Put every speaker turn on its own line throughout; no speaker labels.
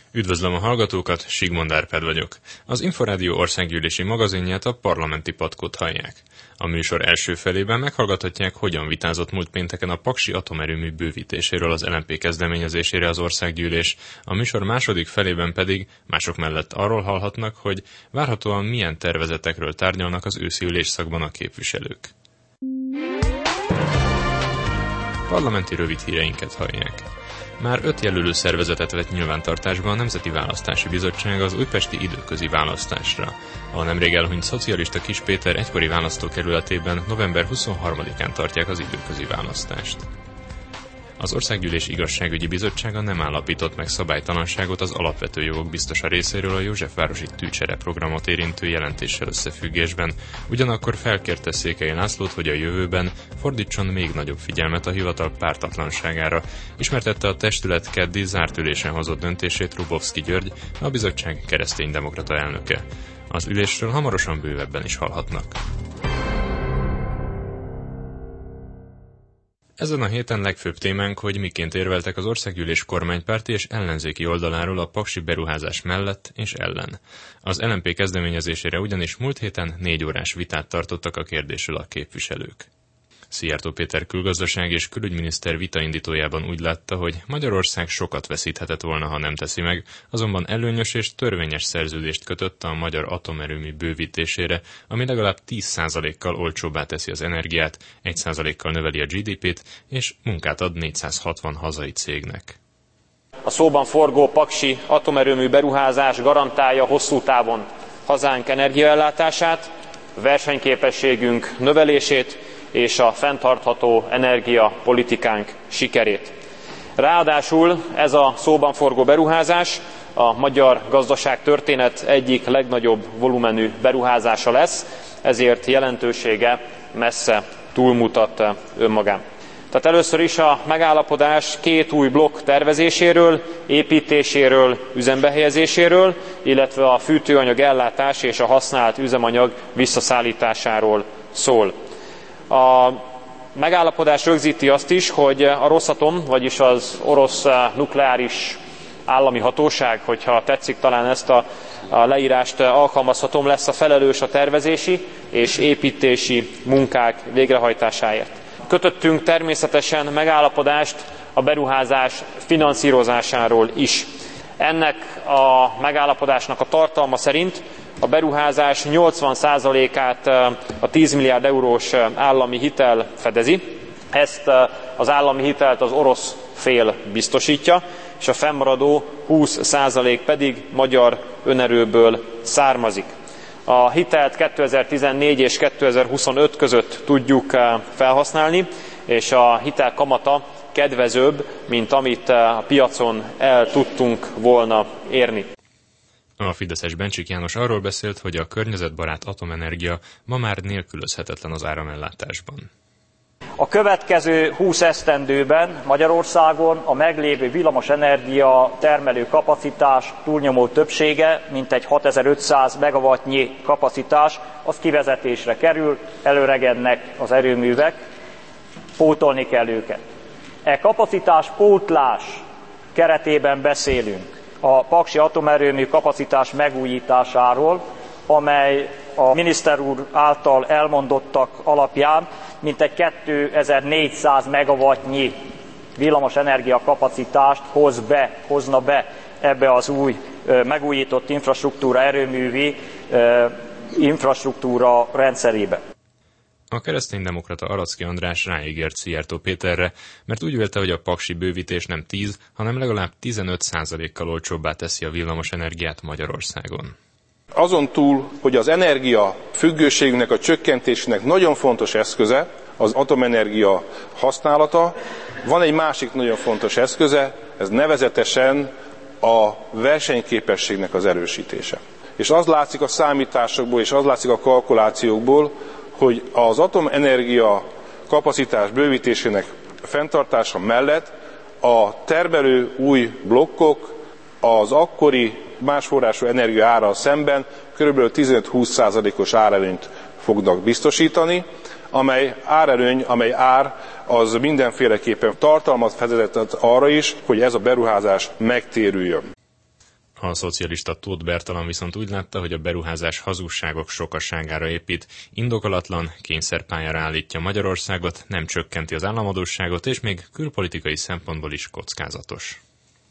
Üdvözlöm a hallgatókat, Sigmond Árpád vagyok. Az Inforádió országgyűlési magazinját, a Parlamenti Patkót hallják. A műsor első felében meghallgathatják, hogyan vitázott múlt pénteken a paksi atomerőmű bővítéséről az LMP kezdeményezésére az országgyűlés. A műsor második felében pedig mások mellett arról hallhatnak, hogy várhatóan milyen tervezetekről tárgyalnak az őszi ülésszakban a képviselők. Parlamenti rövid híreinket hallják. Már 5 jelölő szervezetet vett nyilvántartásba a Nemzeti Választási Bizottság az újpesti időközi választásra. A nemrég elhunyt szocialista Kiss Péter egykori választókerületében november 23-án tartják az időközi választást. Az Országgyűlés Igazságügyi Bizottsága nem állapított meg szabálytalanságot az alapvető jogok biztosa részéről a Józsefvárosi tűcsere programot érintő jelentéssel összefüggésben, ugyanakkor felkérte Székely Lászlót, hogy a jövőben fordítson még nagyobb figyelmet a hivatal pártatlanságára, ismertette a testület keddi zárt ülésen hozott döntését Rubovszky György, a bizottság kereszténydemokrata elnöke. Az ülésről hamarosan bővebben is hallhatnak. Ezen a héten legfőbb témánk, hogy miként érveltek az országgyűlés kormánypárti és ellenzéki oldaláról a paksi beruházás mellett és ellen. Az LMP kezdeményezésére ugyanis múlt héten 4 órás vitát tartottak a kérdésről a képviselők. Szijjártó Péter külgazdaság és külügyminiszter vitaindítójában úgy látta, hogy Magyarország sokat veszíthetett volna, ha nem teszi meg, azonban előnyös és törvényes szerződést kötött a magyar atomerőmű bővítésére, ami legalább 10%-kal olcsóbbá teszi az energiát, 1%-kal növeli a GDP-t és munkát ad 460 hazai cégnek.
A szóban forgó paksi atomerőmű beruházás garantálja hosszú távon hazánk energiaellátását, versenyképességünk növelését és a fenntartható energiapolitikánk sikerét. Ráadásul ez a szóban forgó beruházás a magyar gazdaságtörténet egyik legnagyobb volumenű beruházása lesz, ezért jelentősége messze túlmutat önmagán. Tehát először is a megállapodás 2 új blokk tervezéséről, építéséről, üzembe helyezéséről, illetve a fűtőanyag ellátás és a használt üzemanyag visszaszállításáról szól. A megállapodás rögzíti azt is, hogy a Rosatom, vagyis az orosz nukleáris állami hatóság, hogyha tetszik talán ezt a leírást alkalmazhatom, lesz a felelős a tervezési és építési munkák végrehajtásáért. Kötöttünk természetesen megállapodást a beruházás finanszírozásáról is. Ennek a megállapodásnak a tartalma szerint a beruházás 80%-át a 10 milliárd eurós állami hitel fedezi. Ezt az állami hitelt az orosz fél biztosítja, és a fennmaradó 20% pedig magyar önerőből származik. A hitelt 2014 és 2025 között tudjuk felhasználni, és a hitel kamata kedvezőbb, mint amit a piacon el tudtunk volna érni.
A fideszes Bencsik János arról beszélt, hogy a környezetbarát atomenergia ma már nélkülözhetetlen az áramellátásban.
A következő 20 esztendőben Magyarországon a meglévő villamosenergia termelő kapacitás túlnyomó többsége, mintegy 6500 megawattnyi kapacitás, az kivezetésre kerül, előregednek az erőművek, pótolni kell őket. E kapacitás pótlás keretében beszélünk a paksi atomerőmű kapacitás megújításáról, amely a miniszter úr által elmondottak alapján mintegy 2400 megawattnyi villamosenergia kapacitást hozna be ebbe az új megújított infrastruktúra erőművi infrastruktúra rendszerébe.
A kereszténydemokrata Aracki András ráígért Szijjártó Péterre, mert úgy vélte, hogy a paksi bővítés nem 10, hanem legalább 15%-kal olcsóbbá teszi a villamosenergiát Magyarországon.
Azon túl, hogy az energia függőségnek a csökkentésének nagyon fontos eszköze, az atomenergia használata, van egy másik nagyon fontos eszköze, ez nevezetesen a versenyképességnek az erősítése. És az látszik a számításokból, és az látszik a kalkulációkból, hogy az atomenergia kapacitás bővítésének fenntartása mellett a termelő új blokkok az akkori más forrású energia árral szemben kb. 15-20%-os árelőnyt fognak biztosítani, amely ár az mindenféleképpen tartalmat fedezett arra is, hogy ez a beruházás megtérüljön.
A szocialista Tóth Bertalan viszont úgy látta, hogy a beruházás hazugságok sokaságára épít, indokolatlan, kényszerpályára állítja Magyarországot, nem csökkenti az államadósságot, és még külpolitikai szempontból is kockázatos.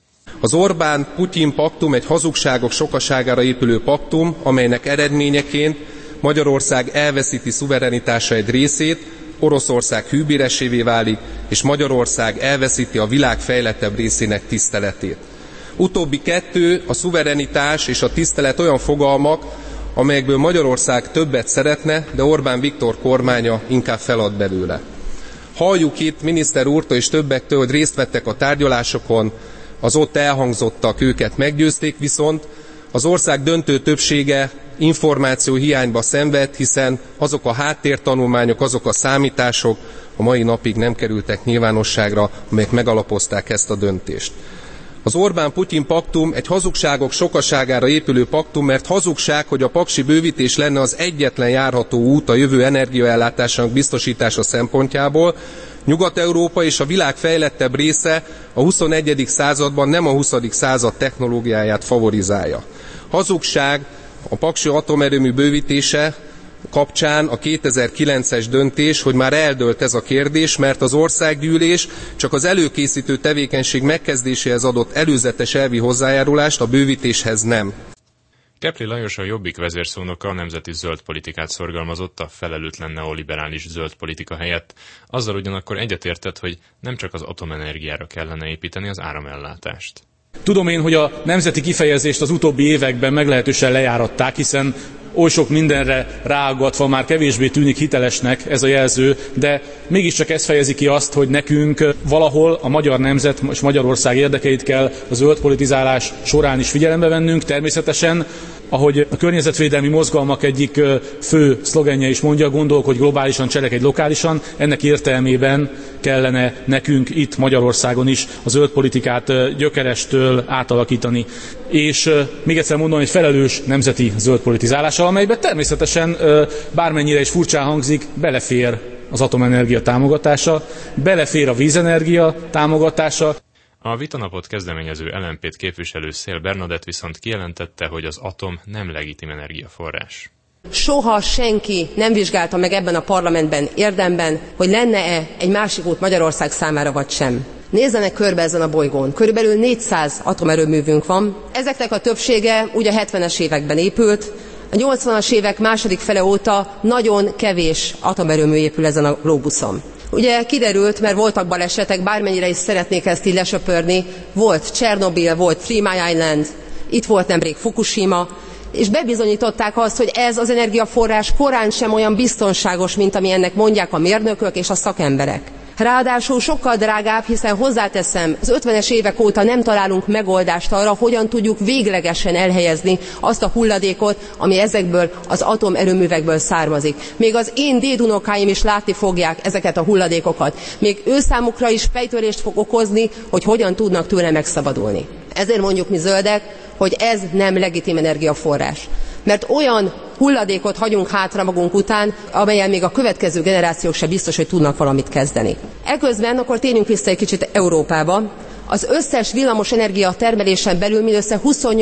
Az Orbán-Putyin paktum egy hazugságok sokaságára épülő paktum, amelynek eredményeként Magyarország elveszíti szuverenitása egy részét, Oroszország hűbéresévé válik, és Magyarország elveszíti a világ fejlettebb részének tiszteletét. Utóbbi kettő, a szuverenitás és a tisztelet olyan fogalmak, amelyekből Magyarország többet szeretne, de Orbán Viktor kormánya inkább felad belőle. Halljuk itt miniszter úrtól és többektől, hogy részt vettek a tárgyalásokon, az ott elhangzottak őket meggyőzték, viszont az ország döntő többsége információ hiányba szenved, hiszen azok a háttértanulmányok, azok a számítások a mai napig nem kerültek nyilvánosságra, amelyek megalapozták ezt a döntést. Az Orbán-Putyin paktum egy hazugságok sokaságára épülő paktum, mert hazugság, hogy a paksi bővítés lenne az egyetlen járható út a jövő energiaellátásának biztosítása szempontjából. Nyugat-Európa és a világ fejlettebb része a 21. században nem a 20. század technológiáját favorizálja. Hazugság a paksi atomerőmű bővítése kapcsán a 2009-es döntés, hogy már eldőlt ez a kérdés, mert az országgyűlés csak az előkészítő tevékenység megkezdéséhez adott előzetes elvi hozzájárulást, a bővítéshez nem.
Kepli Lajos, a Jobbik vezérszónoka, a nemzeti zöld politikát szorgalmazott a felelőtlen neoliberális zöld politika helyett. Azzal ugyanakkor egyetértett, hogy nem csak az atomenergiára kellene építeni az áramellátást.
Tudom én, hogy a nemzeti kifejezést az utóbbi években meglehetősen lejáratták, hiszen oly sok mindenre ráaggatva már kevésbé tűnik hitelesnek ez a jelző, de mégiscsak ez fejezi ki azt, hogy nekünk valahol a magyar nemzet és Magyarország érdekeit kell a zöld politizálás során is figyelembe vennünk. Természetesen, ahogy a környezetvédelmi mozgalmak egyik fő szlogenje is mondja, gondolkodj globálisan, cselekedj lokálisan, ennek értelmében kellene nekünk itt Magyarországon is a zöld politikát gyökerestől átalakítani. És még egyszer mondom, egy felelős nemzeti zöld politizálással, amelyben természetesen bármennyire is furcsán hangzik, belefér az atomenergia támogatása, belefér a vízenergia támogatása.
A vitanapot kezdeményező LMP-t képviselő Szél Bernadett viszont kijelentette, hogy az atom nem legitim energiaforrás.
Soha senki nem vizsgálta meg ebben a parlamentben érdemben, hogy lenne-e egy másik út Magyarország számára vagy sem. Nézzenek körbe ezen a bolygón. Körülbelül 400 atomerőművünk van. Ezeknek a többsége ugye a 70-es években épült. A 80-as évek második fele óta nagyon kevés atomerőmű épül ezen a glóbuszon. Ugye kiderült, mert voltak balesetek, bármennyire is szeretnék ezt így lesöpörni, volt Csernobil, volt Three Mile Island, itt volt nemrég Fukushima, és bebizonyították azt, hogy ez az energiaforrás korán sem olyan biztonságos, mint ami ennek mondják a mérnökök és a szakemberek. Ráadásul sokkal drágább, hiszen hozzáteszem, az 50-es évek óta nem találunk megoldást arra, hogyan tudjuk véglegesen elhelyezni azt a hulladékot, ami ezekből az atomerőművekből származik. Még az én dédunokáim is látni fogják ezeket a hulladékokat. Még ő számukra is fejtörést fog okozni, hogy hogyan tudnak tőle megszabadulni. Ezért mondjuk mi zöldek, hogy ez nem legitim energiaforrás. Mert olyan hulladékot hagyunk hátra magunk után, amellyel még a következő generációk se biztos, hogy tudnak valamit kezdeni. Eközben akkor térjünk vissza egy kicsit Európába. Az összes villamos energia termelésen belül mindössze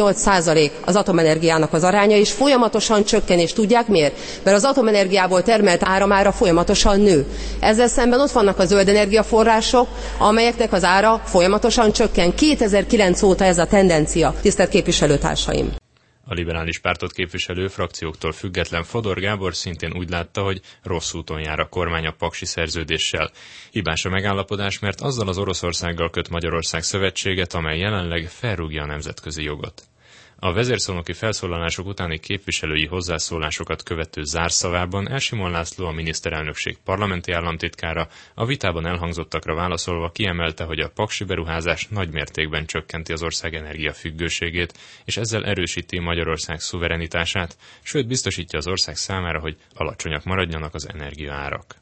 28% az atomenergiának az aránya, és folyamatosan csökken, és tudják miért? Mert az atomenergiából termelt áramára folyamatosan nő. Ezzel szemben ott vannak a zöld energiaforrások, amelyeknek az ára folyamatosan csökken. 2009 óta ez a tendencia, tisztelt képviselőtársaim.
A liberális pártot képviselő, frakcióktól független Fodor Gábor szintén úgy látta, hogy rossz úton jár a kormány a paksi szerződéssel. Hibás a megállapodás, mert azzal az Oroszországgal köt Magyarország szövetséget, amely jelenleg felrúgja a nemzetközi jogot. A vezérszónoki felszólalások utáni képviselői hozzászólásokat követő zárszavában Elsimon László, a miniszterelnökség parlamenti államtitkára, a vitában elhangzottakra válaszolva kiemelte, hogy a paksi beruházás nagy mértékben csökkenti az ország energiafüggőségét, és ezzel erősíti Magyarország szuverenitását, sőt biztosítja az ország számára, hogy alacsonyak maradjanak az energiaárak.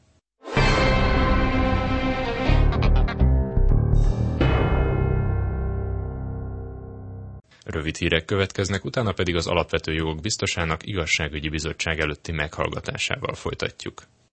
Rövid hírek következnek, utána pedig az Alapvető Jogok Biztosának igazságügyi bizottság előtti meghallgatásával folytatjuk.